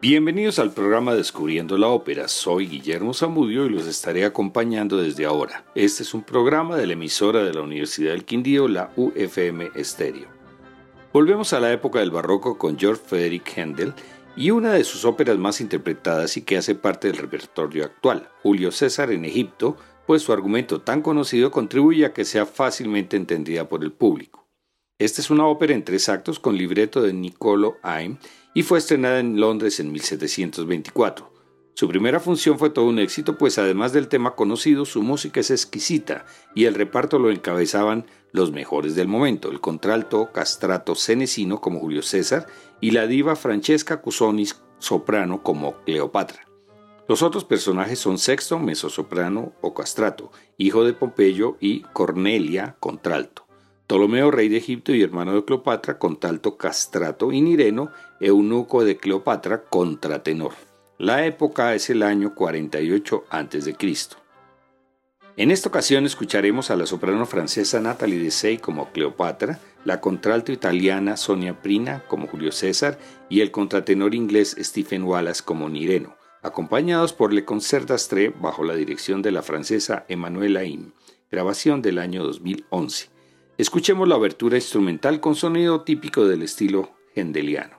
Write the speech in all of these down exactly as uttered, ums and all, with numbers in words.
Bienvenidos al programa Descubriendo la Ópera. Soy Guillermo Zamudio y los estaré acompañando desde ahora. Este es un programa de la emisora de la Universidad del Quindío, la U F M Estéreo. Volvemos a la época del barroco con Georg Friedrich Händel y una de sus óperas más interpretadas y que hace parte del repertorio actual, Julio César en Egipto, pues su argumento tan conocido contribuye a que sea fácilmente entendida por el público. Esta es una ópera en tres actos con libreto de Niccolò Haim y fue estrenada en Londres en mil setecientos veinticuatro. Su primera función fue todo un éxito, pues además del tema conocido, su música es exquisita y el reparto lo encabezaban los mejores del momento, el contralto castrato Senesino como Julio César y la diva Francesca Cuzzoni, soprano, como Cleopatra. Los otros personajes son Sexto, mezzosoprano o castrato, hijo de Pompeyo, y Cornelia, contralto. Ptolomeo, rey de Egipto y hermano de Cleopatra, contralto castrato, y Nireno, eunuco de Cleopatra, contratenor. La época es el año cuarenta y ocho antes de Cristo En esta ocasión escucharemos a la soprano francesa Nathalie Dessay como Cleopatra, la contralto italiana Sonia Prina como Julio César y el contratenor inglés Stephen Wallace como Nireno, acompañados por Le Concert d'Astre bajo la dirección de la francesa Emmanuelle Haim, grabación del año dos mil once. Escuchemos la obertura instrumental con sonido típico del estilo händeliano.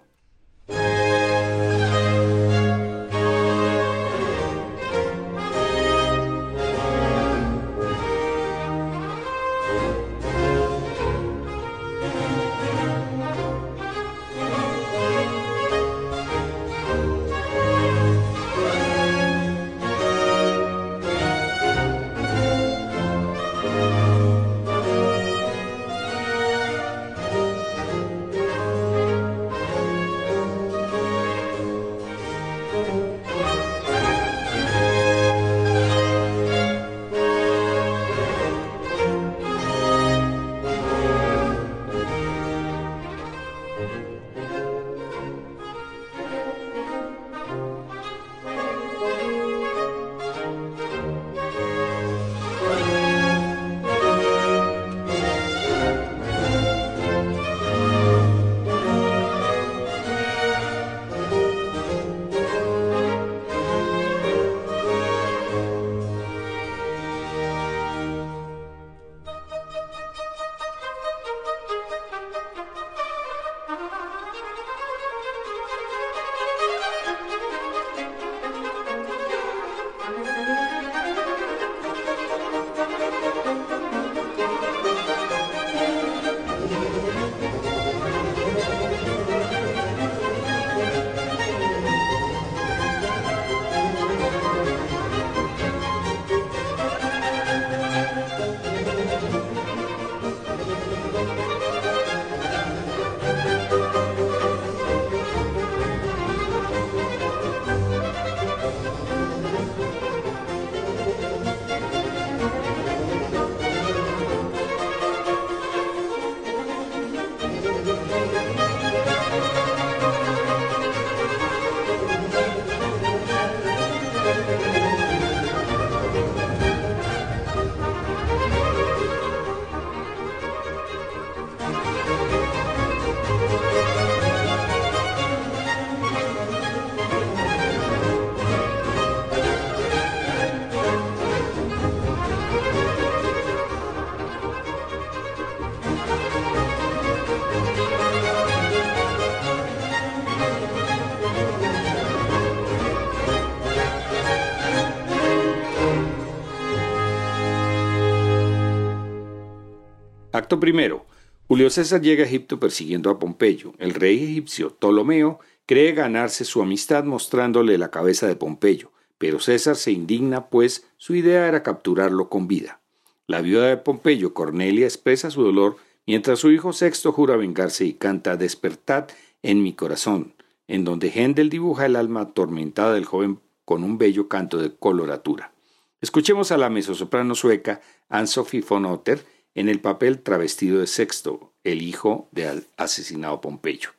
Acto primero. Julio César llega a Egipto persiguiendo a Pompeyo. El rey egipcio Ptolomeo cree ganarse su amistad mostrándole la cabeza de Pompeyo, pero César se indigna pues su idea era capturarlo con vida. La viuda de Pompeyo, Cornelia, expresa su dolor mientras su hijo Sexto jura vengarse y canta Despertad en mi corazón, en donde Händel dibuja el alma atormentada del joven con un bello canto de coloratura. Escuchemos a la mezzosoprano sueca Ann-Sophie von Otter en el papel travestido de Sexto, el hijo del asesinado Pompeyo.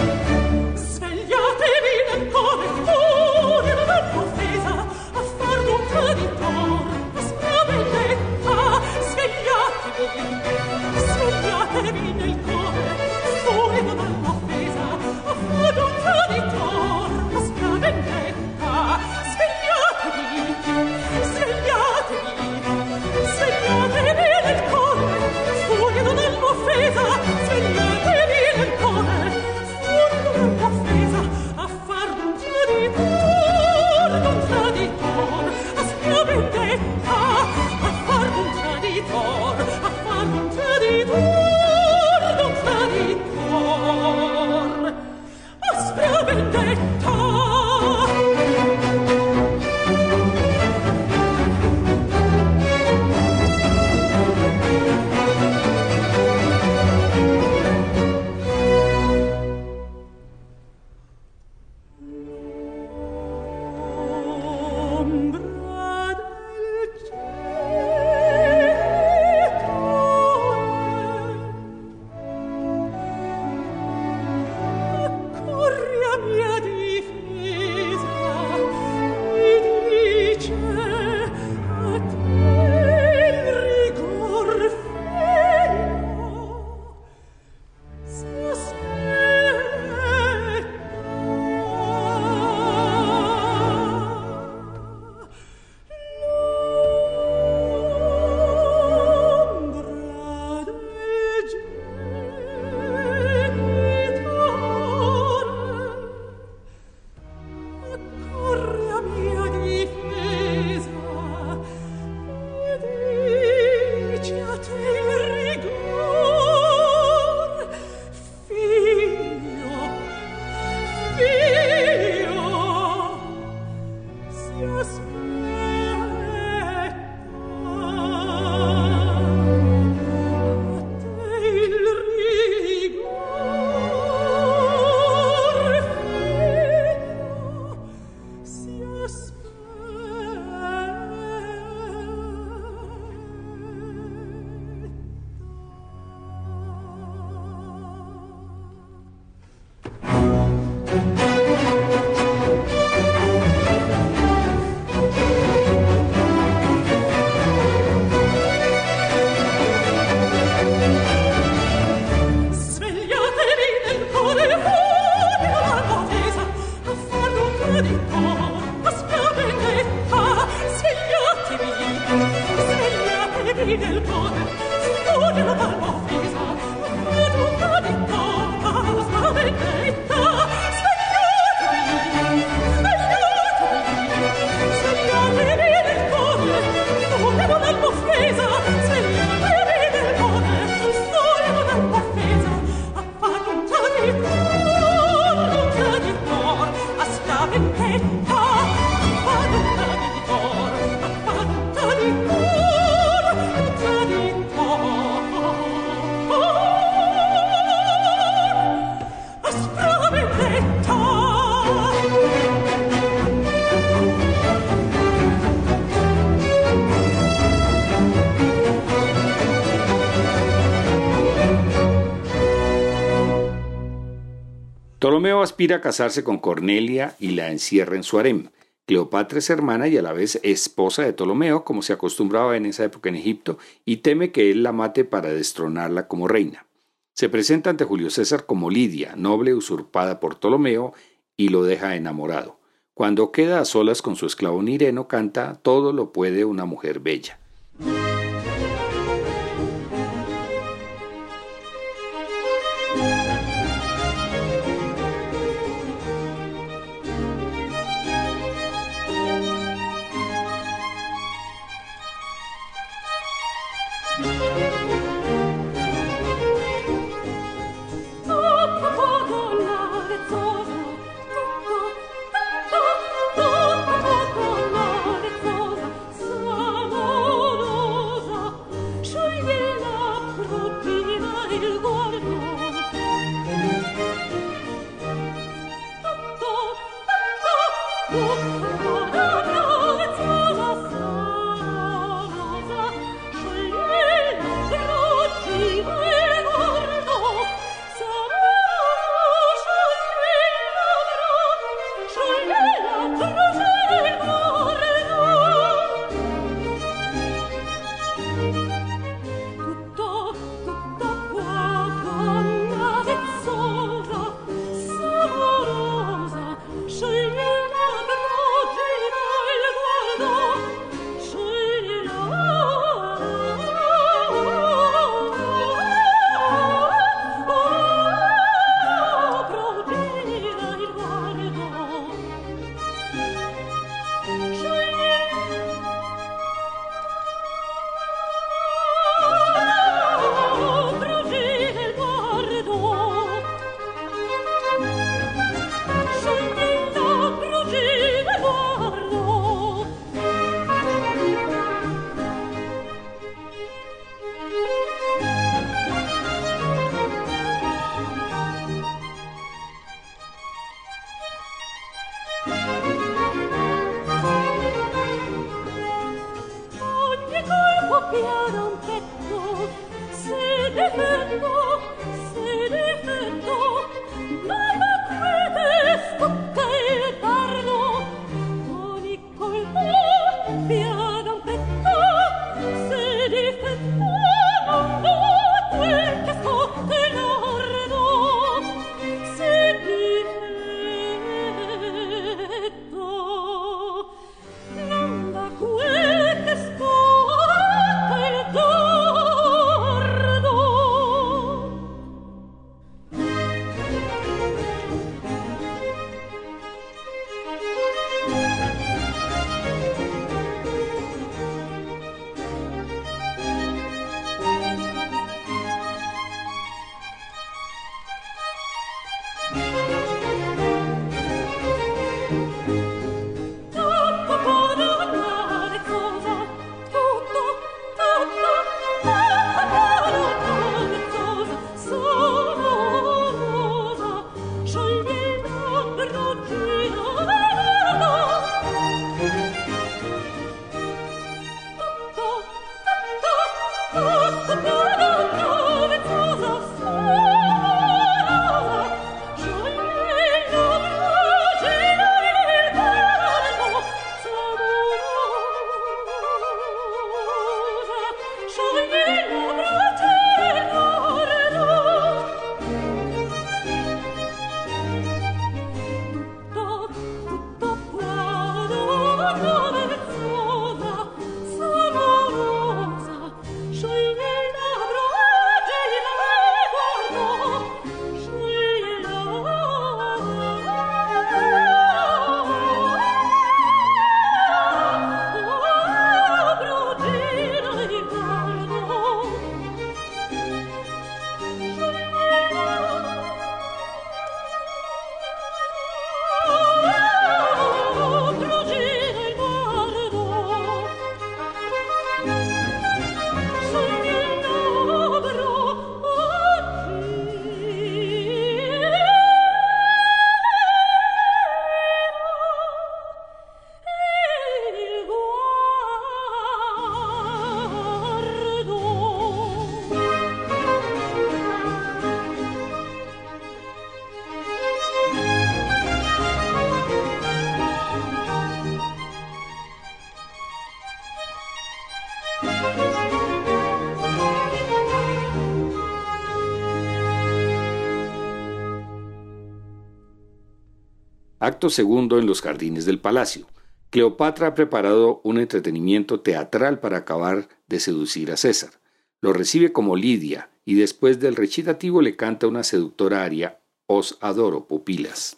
Svegliatevi nel cuore, fuori la vostra offesa, a far Ptolomeo aspira a casarse con Cornelia y la encierra en su harem. Cleopatra es hermana y a la vez esposa de Ptolomeo, como se acostumbraba en esa época en Egipto, y teme que él la mate para destronarla como reina. Se presenta ante Julio César como Lidia, noble usurpada por Ptolomeo, y lo deja enamorado. Cuando queda a solas con su esclavo Nireno, canta «Todo lo puede una mujer bella». Oh Acto segundo en los jardines del palacio. Cleopatra ha preparado un entretenimiento teatral para acabar de seducir a César. Lo recibe como Lidia y después del recitativo le canta una seductora aria, Os adoro, pupilas.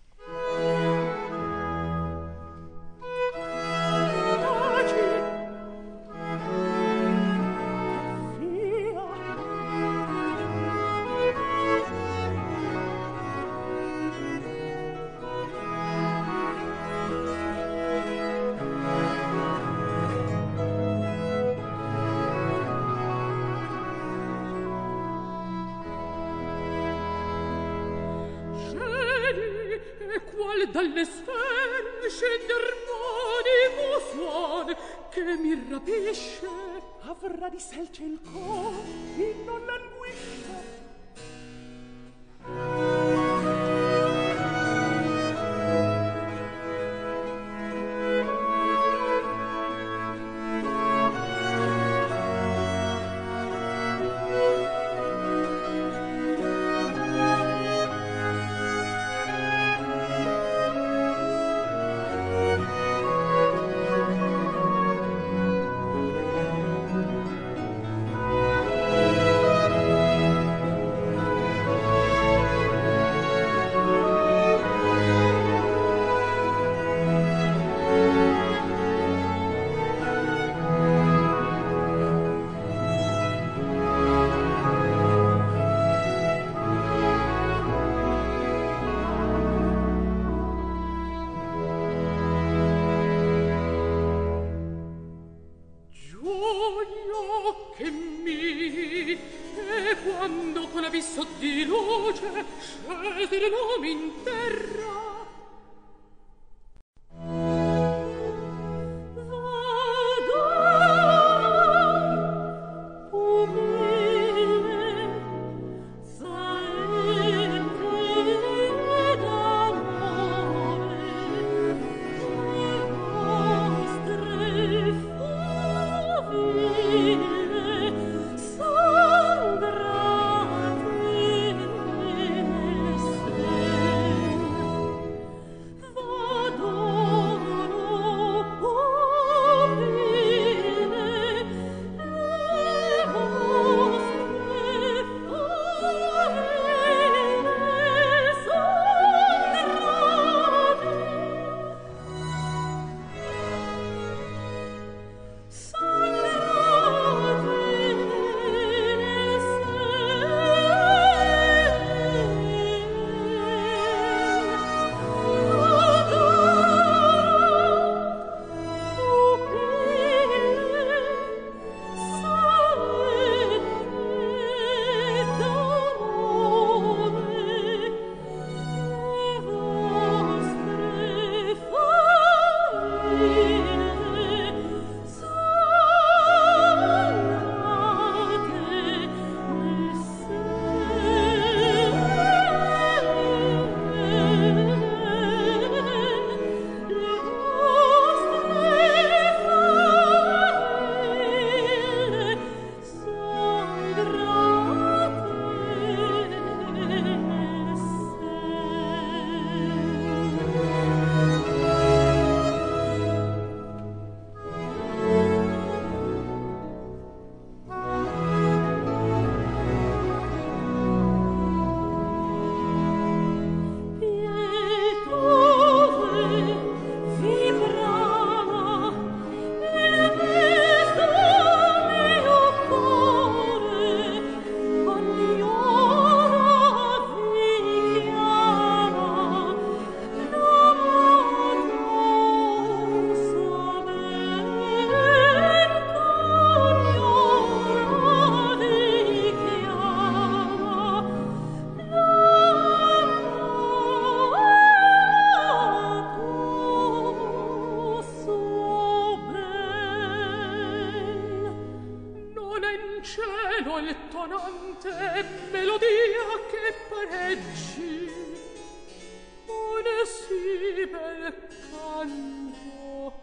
Dalle sfere scende armonico suon che mi rapisce, avrà di selce il cor e non languisce. sonante melodia che pareggi un sì bel canto.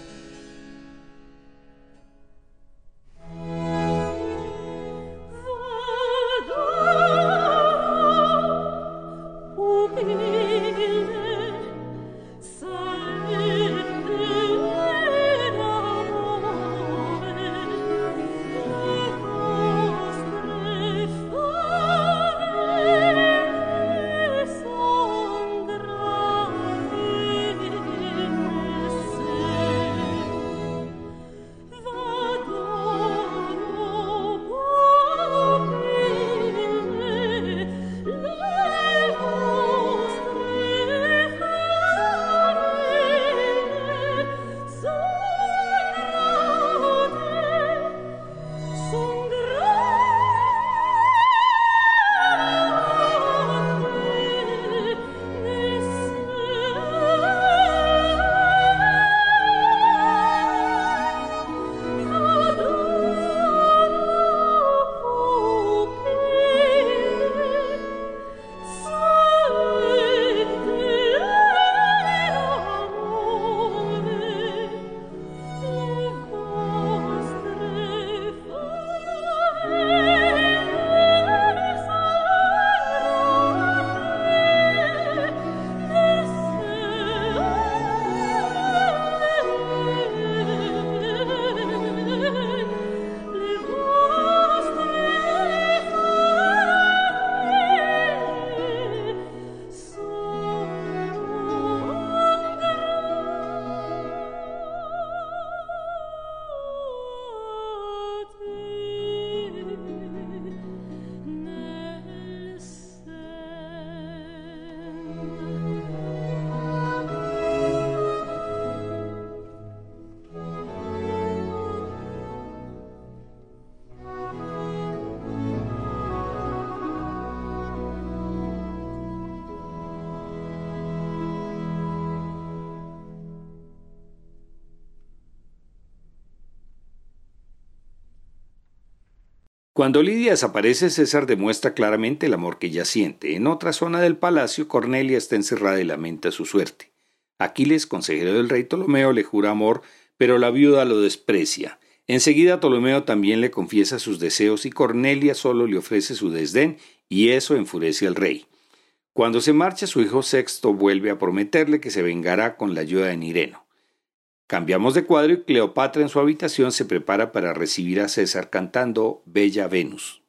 Cuando Lidia desaparece, César demuestra claramente el amor que ella siente. En otra zona del palacio, Cornelia está encerrada y lamenta su suerte. Aquiles, consejero del rey Ptolomeo, le jura amor, pero la viuda lo desprecia. Enseguida Ptolomeo también le confiesa sus deseos y Cornelia solo le ofrece su desdén y eso enfurece al rey. Cuando se marcha, su hijo Sexto vuelve a prometerle que se vengará con la ayuda de Nireno. Cambiamos de cuadro y Cleopatra en su habitación se prepara para recibir a César cantando Bella Venus.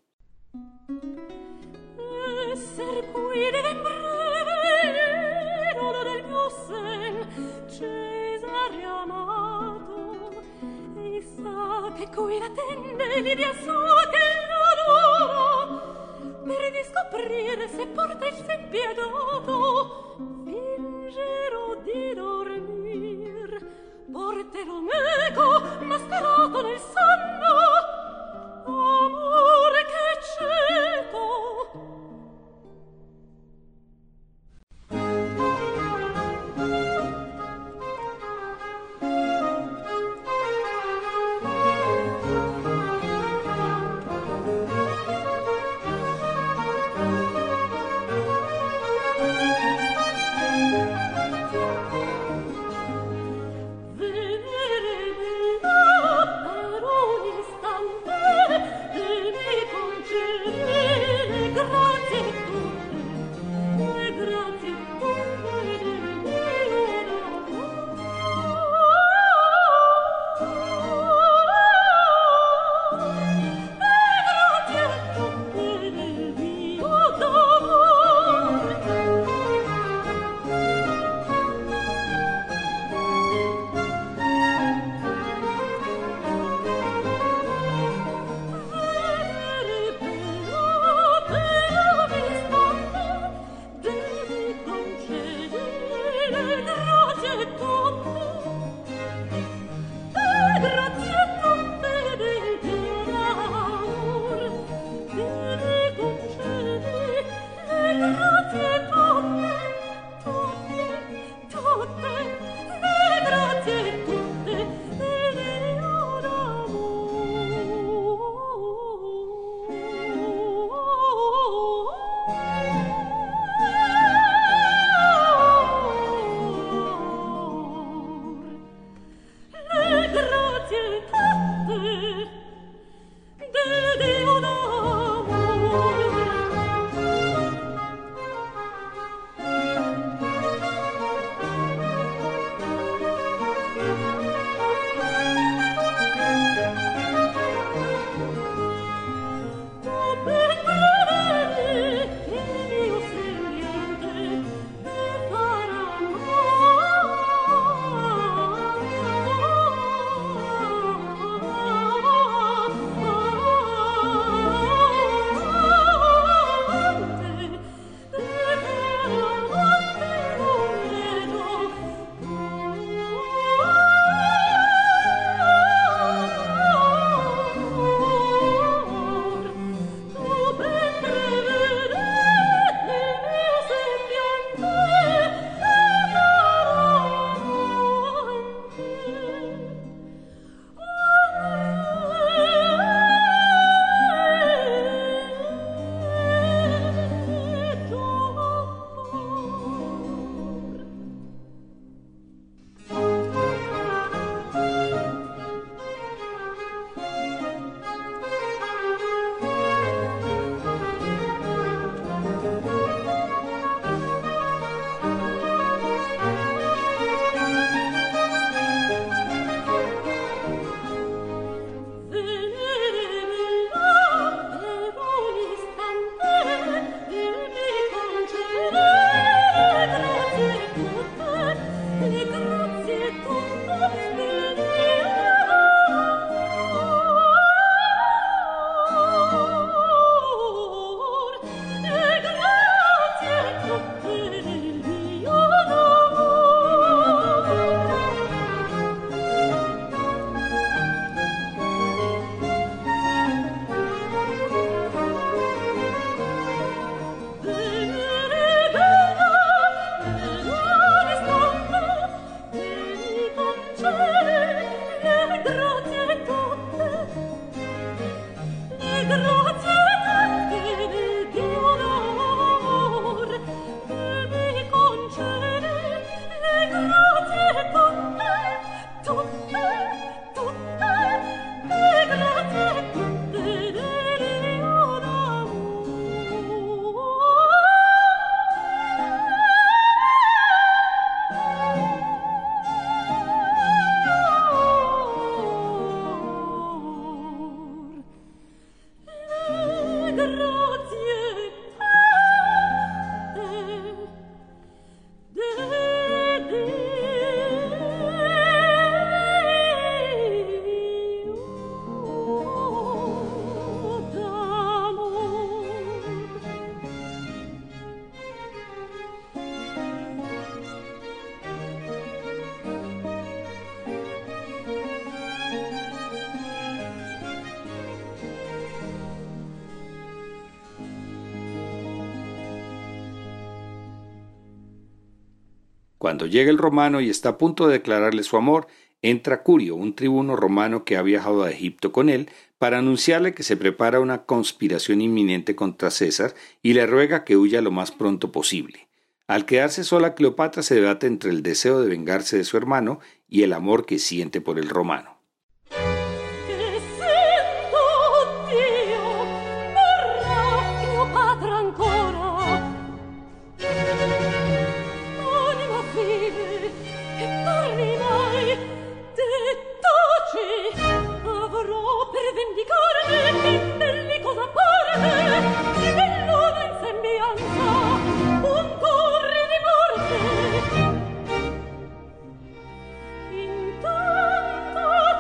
Che qui l'attende, Lidia sa che l'adora, per riscoprire se porta il sé impiegato, fingerò di dormir, porterò meco mascherato nel sonno, amore che cieco. Cuando llega el romano y está a punto de declararle su amor, entra Curio, un tribuno romano que ha viajado a Egipto con él, para anunciarle que se prepara una conspiración inminente contra César y le ruega que huya lo más pronto posible. Al quedarse sola, Cleopatra se debate entre el deseo de vengarse de su hermano y el amor que siente por el romano. Intanto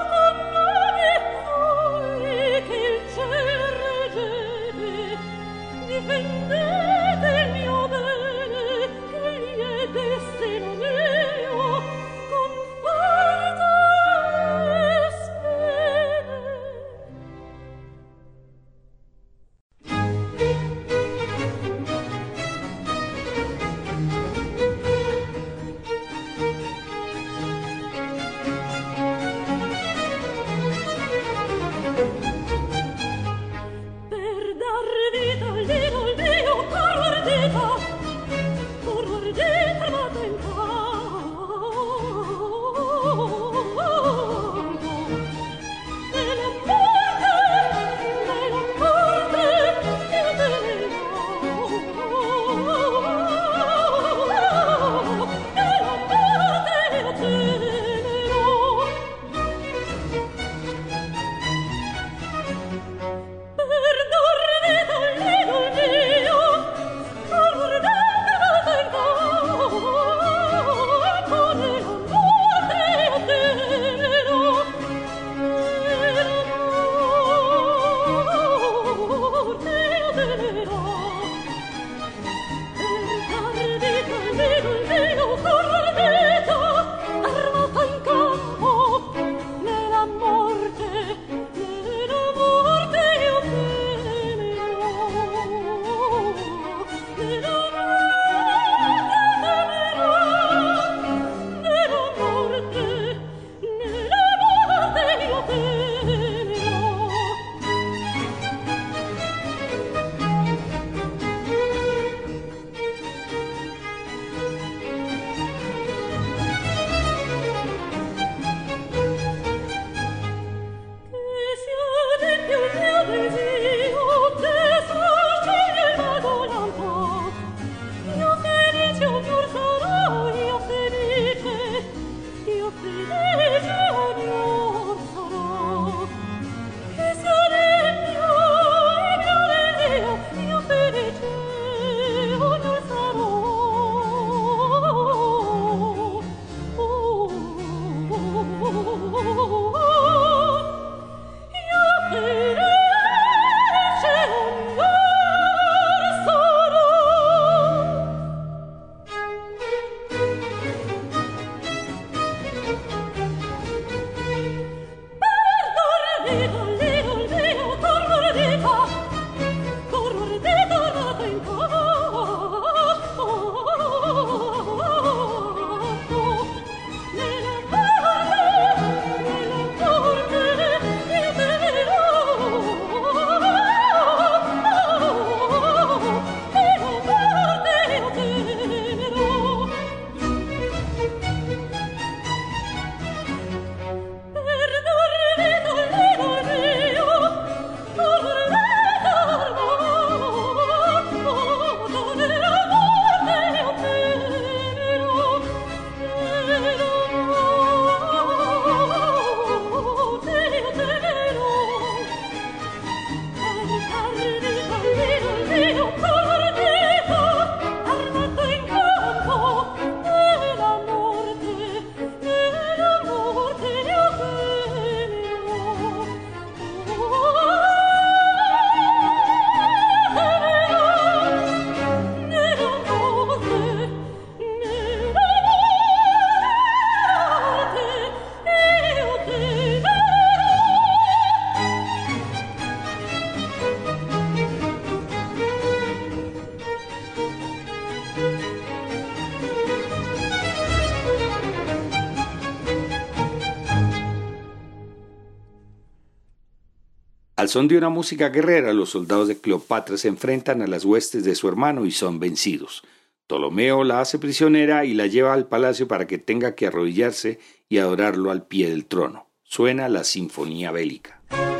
Al son de una música guerrera, los soldados de Cleopatra se enfrentan a las huestes de su hermano y son vencidos. Ptolomeo la hace prisionera y la lleva al palacio para que tenga que arrodillarse y adorarlo al pie del trono. Suena la sinfonía bélica.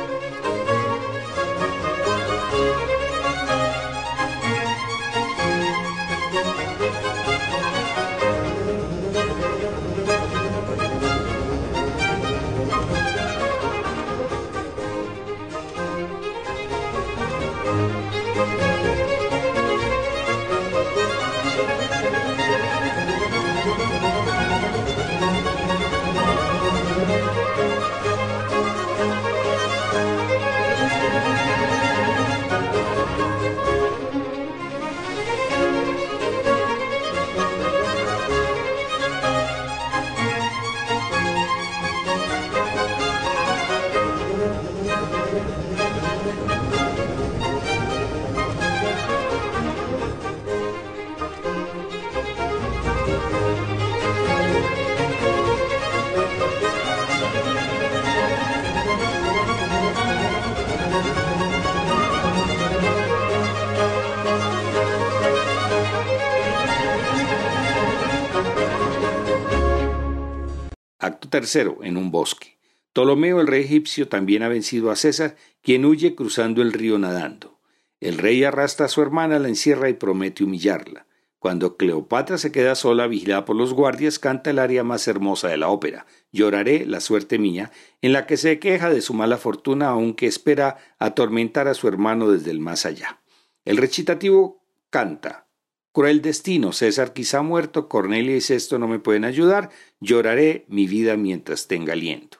Acto tercero, en un bosque. Ptolomeo, el rey egipcio, también ha vencido a César, quien huye cruzando el río nadando. El rey arrastra a su hermana, la encierra y promete humillarla. Cuando Cleopatra se queda sola, vigilada por los guardias, canta el aria más hermosa de la ópera, Lloraré, la suerte mía, en la que se queja de su mala fortuna, aunque espera atormentar a su hermano desde el más allá. El recitativo canta: Cruel destino, César quizá muerto, Cornelia y Sesto no me pueden ayudar, lloraré mi vida mientras tenga aliento.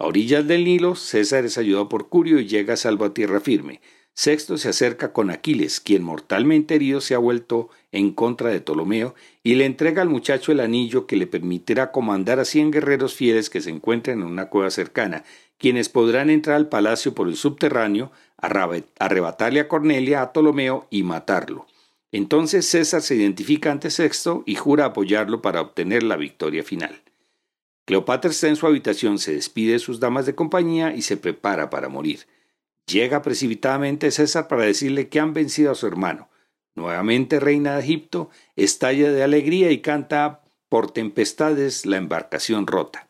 A orillas del Nilo, César es ayudado por Curio y llega a salvo a tierra firme. Sexto se acerca con Aquiles, quien mortalmente herido se ha vuelto en contra de Ptolomeo, y le entrega al muchacho el anillo que le permitirá comandar a cien guerreros fieles que se encuentran en una cueva cercana, quienes podrán entrar al palacio por el subterráneo, arrebatarle a Cornelia, a Ptolomeo y matarlo. Entonces César se identifica ante Sexto y jura apoyarlo para obtener la victoria final. Cleopatra está en su habitación, se despide de sus damas de compañía y se prepara para morir. Llega precipitadamente César para decirle que han vencido a su hermano. Nuevamente reina de Egipto, estalla de alegría y canta por tempestades la embarcación rota.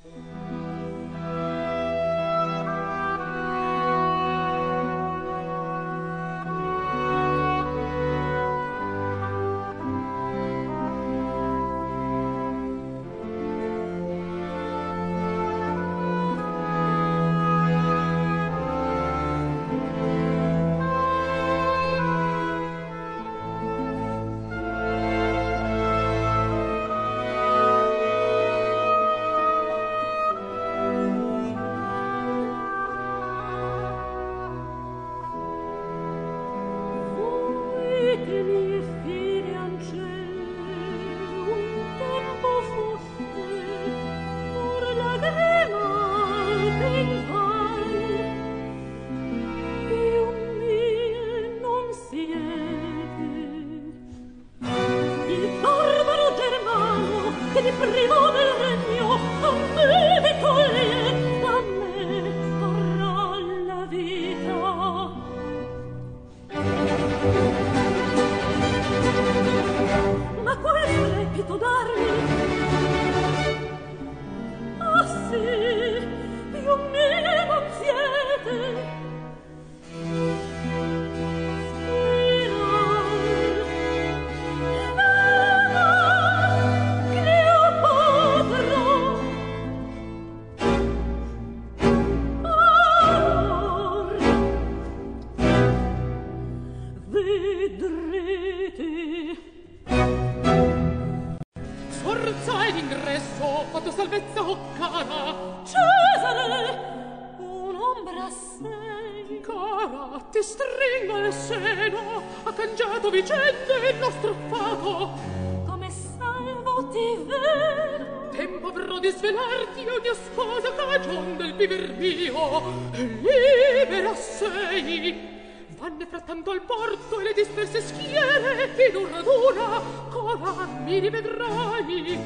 Frattanto al porto e le disperse schiere in un raduna colar mi rivedrai.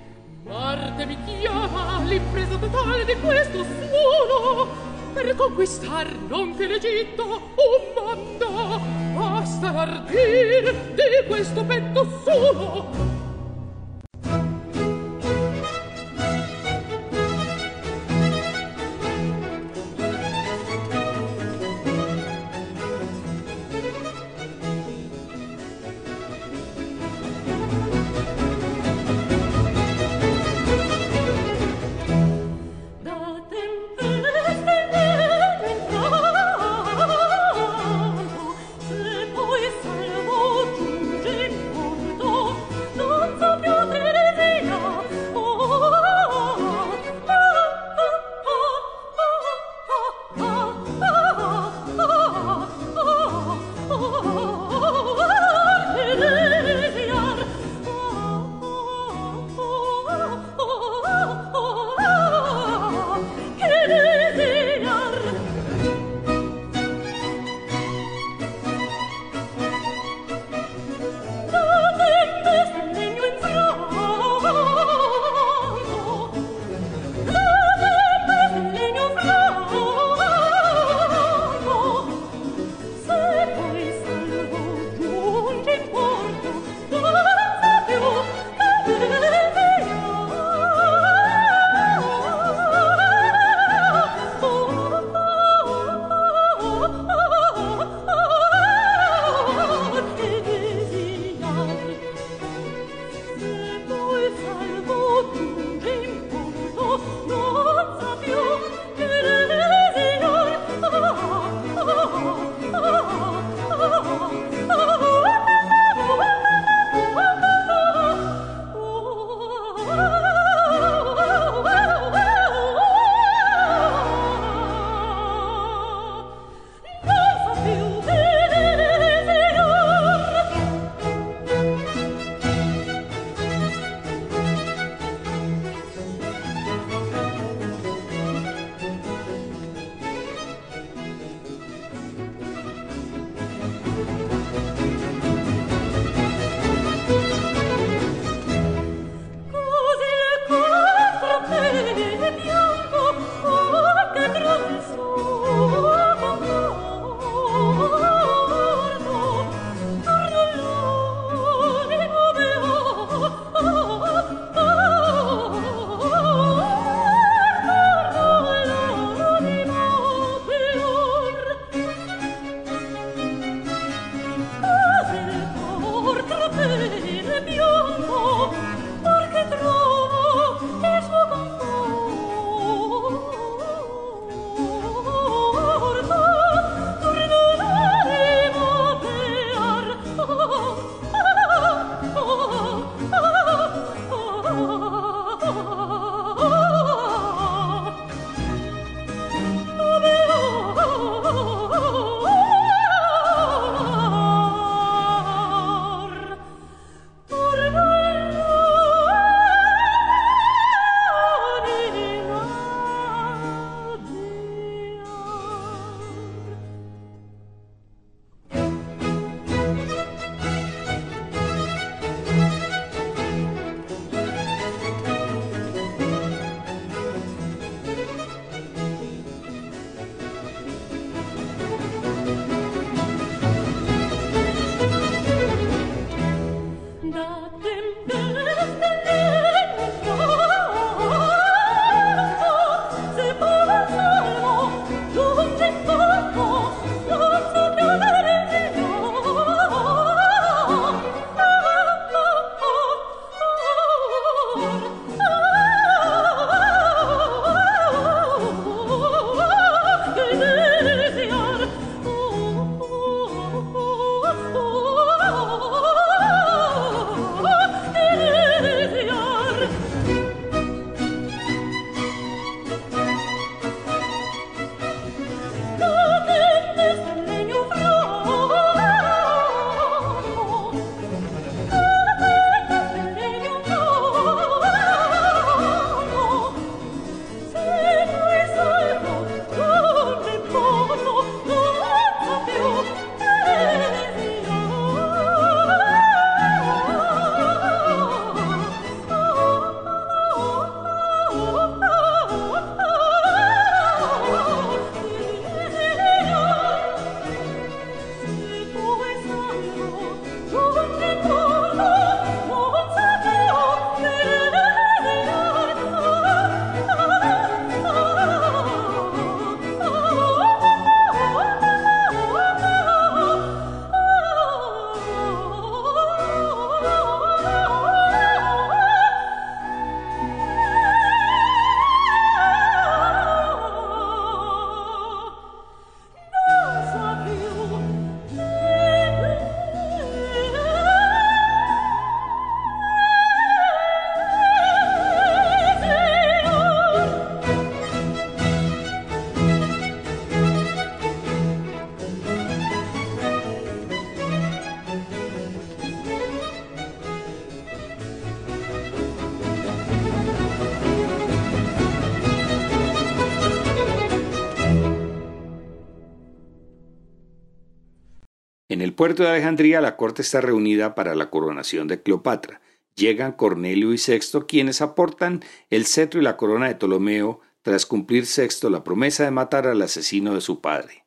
Marte mi chiama l'impresa totale di questo suolo per conquistar non che l'Egitto un mondo, basta l'ardir di questo petto solo. Se poi salvo giunge in porto, En el puerto de Alejandría la corte está reunida para la coronación de Cleopatra. Llegan Cornelio y Sexto, quienes aportan el cetro y la corona de Ptolomeo tras cumplir Sexto la promesa de matar al asesino de su padre.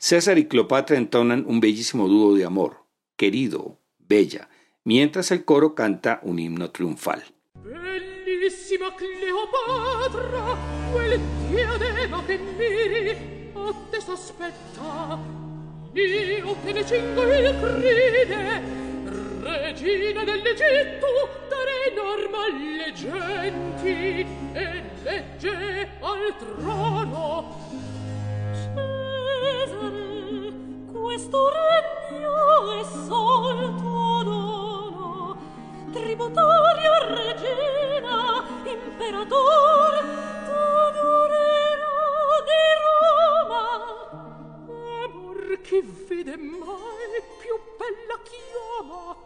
César y Cleopatra entonan un bellísimo dúo de amor, querido, bella, mientras el coro canta un himno triunfal. Bellissima Cleopatra, quel diadema che miri a te s'aspetta. Io te ne cingo il crine, regina dell'Egitto, darei norma alle genti e legge al trono. Cesare, questo regno è sol tuo dono, tributario regina, imperator, t'adorerò di Roma. Amor chi vede mai più bella chiama.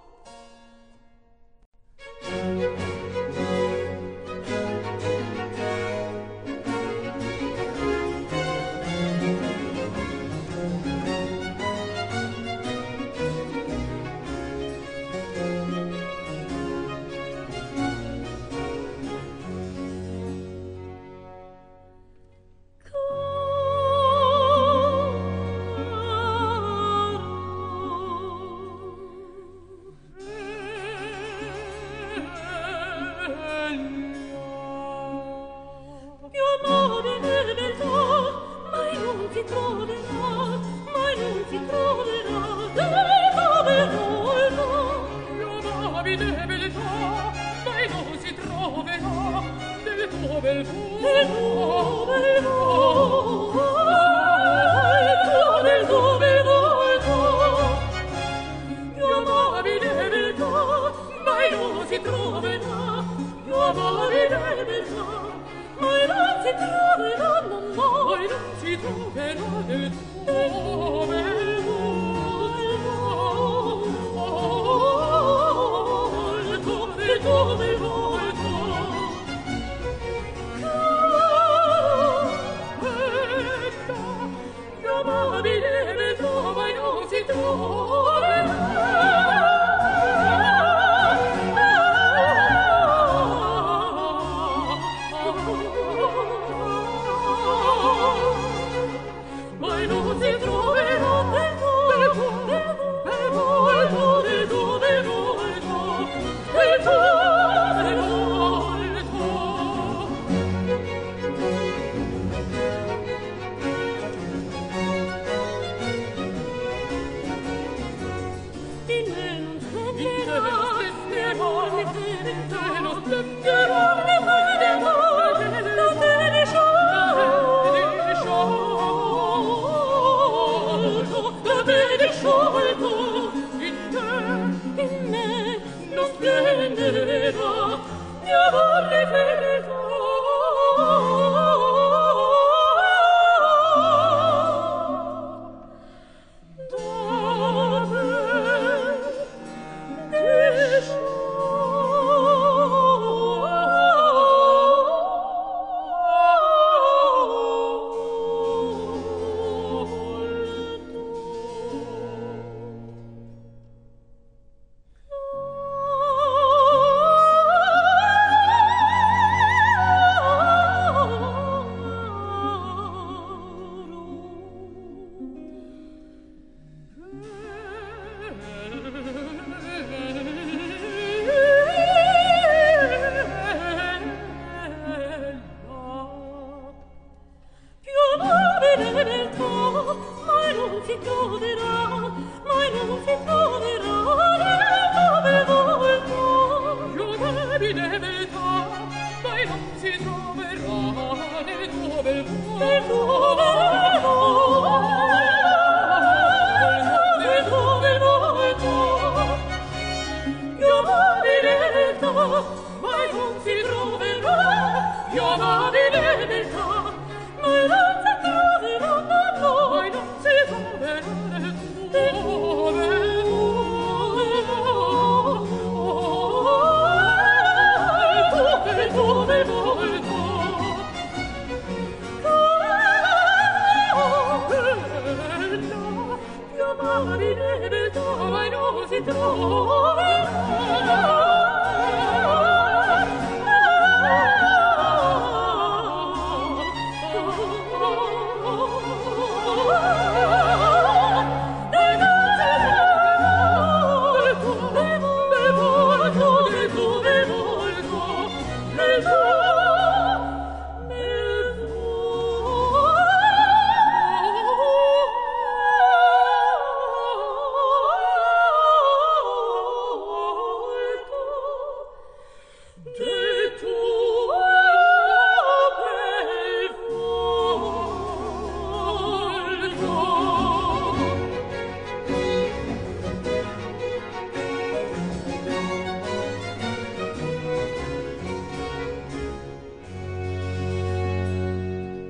Oh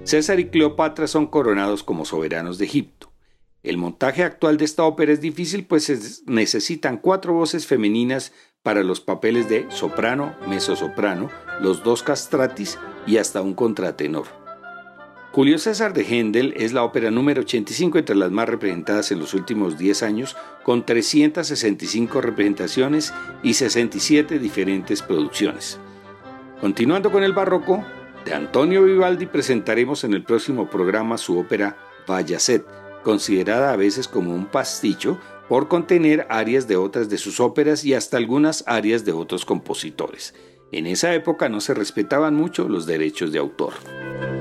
César y Cleopatra son coronados como soberanos de Egipto. El montaje actual de esta ópera es difícil, pues se necesitan cuatro voces femeninas para los papeles de soprano, mezzosoprano, los dos castratis y hasta un contratenor. Julio César de Händel es la ópera número ochenta y cinco entre las más representadas en los últimos diez años, con trescientas sesenta y cinco representaciones y sesenta y siete diferentes producciones. Continuando con el barroco, de Antonio Vivaldi presentaremos en el próximo programa su ópera Bajazet, considerada a veces como un pasticho por contener arias de otras de sus óperas y hasta algunas arias de otros compositores. En esa época no se respetaban mucho los derechos de autor.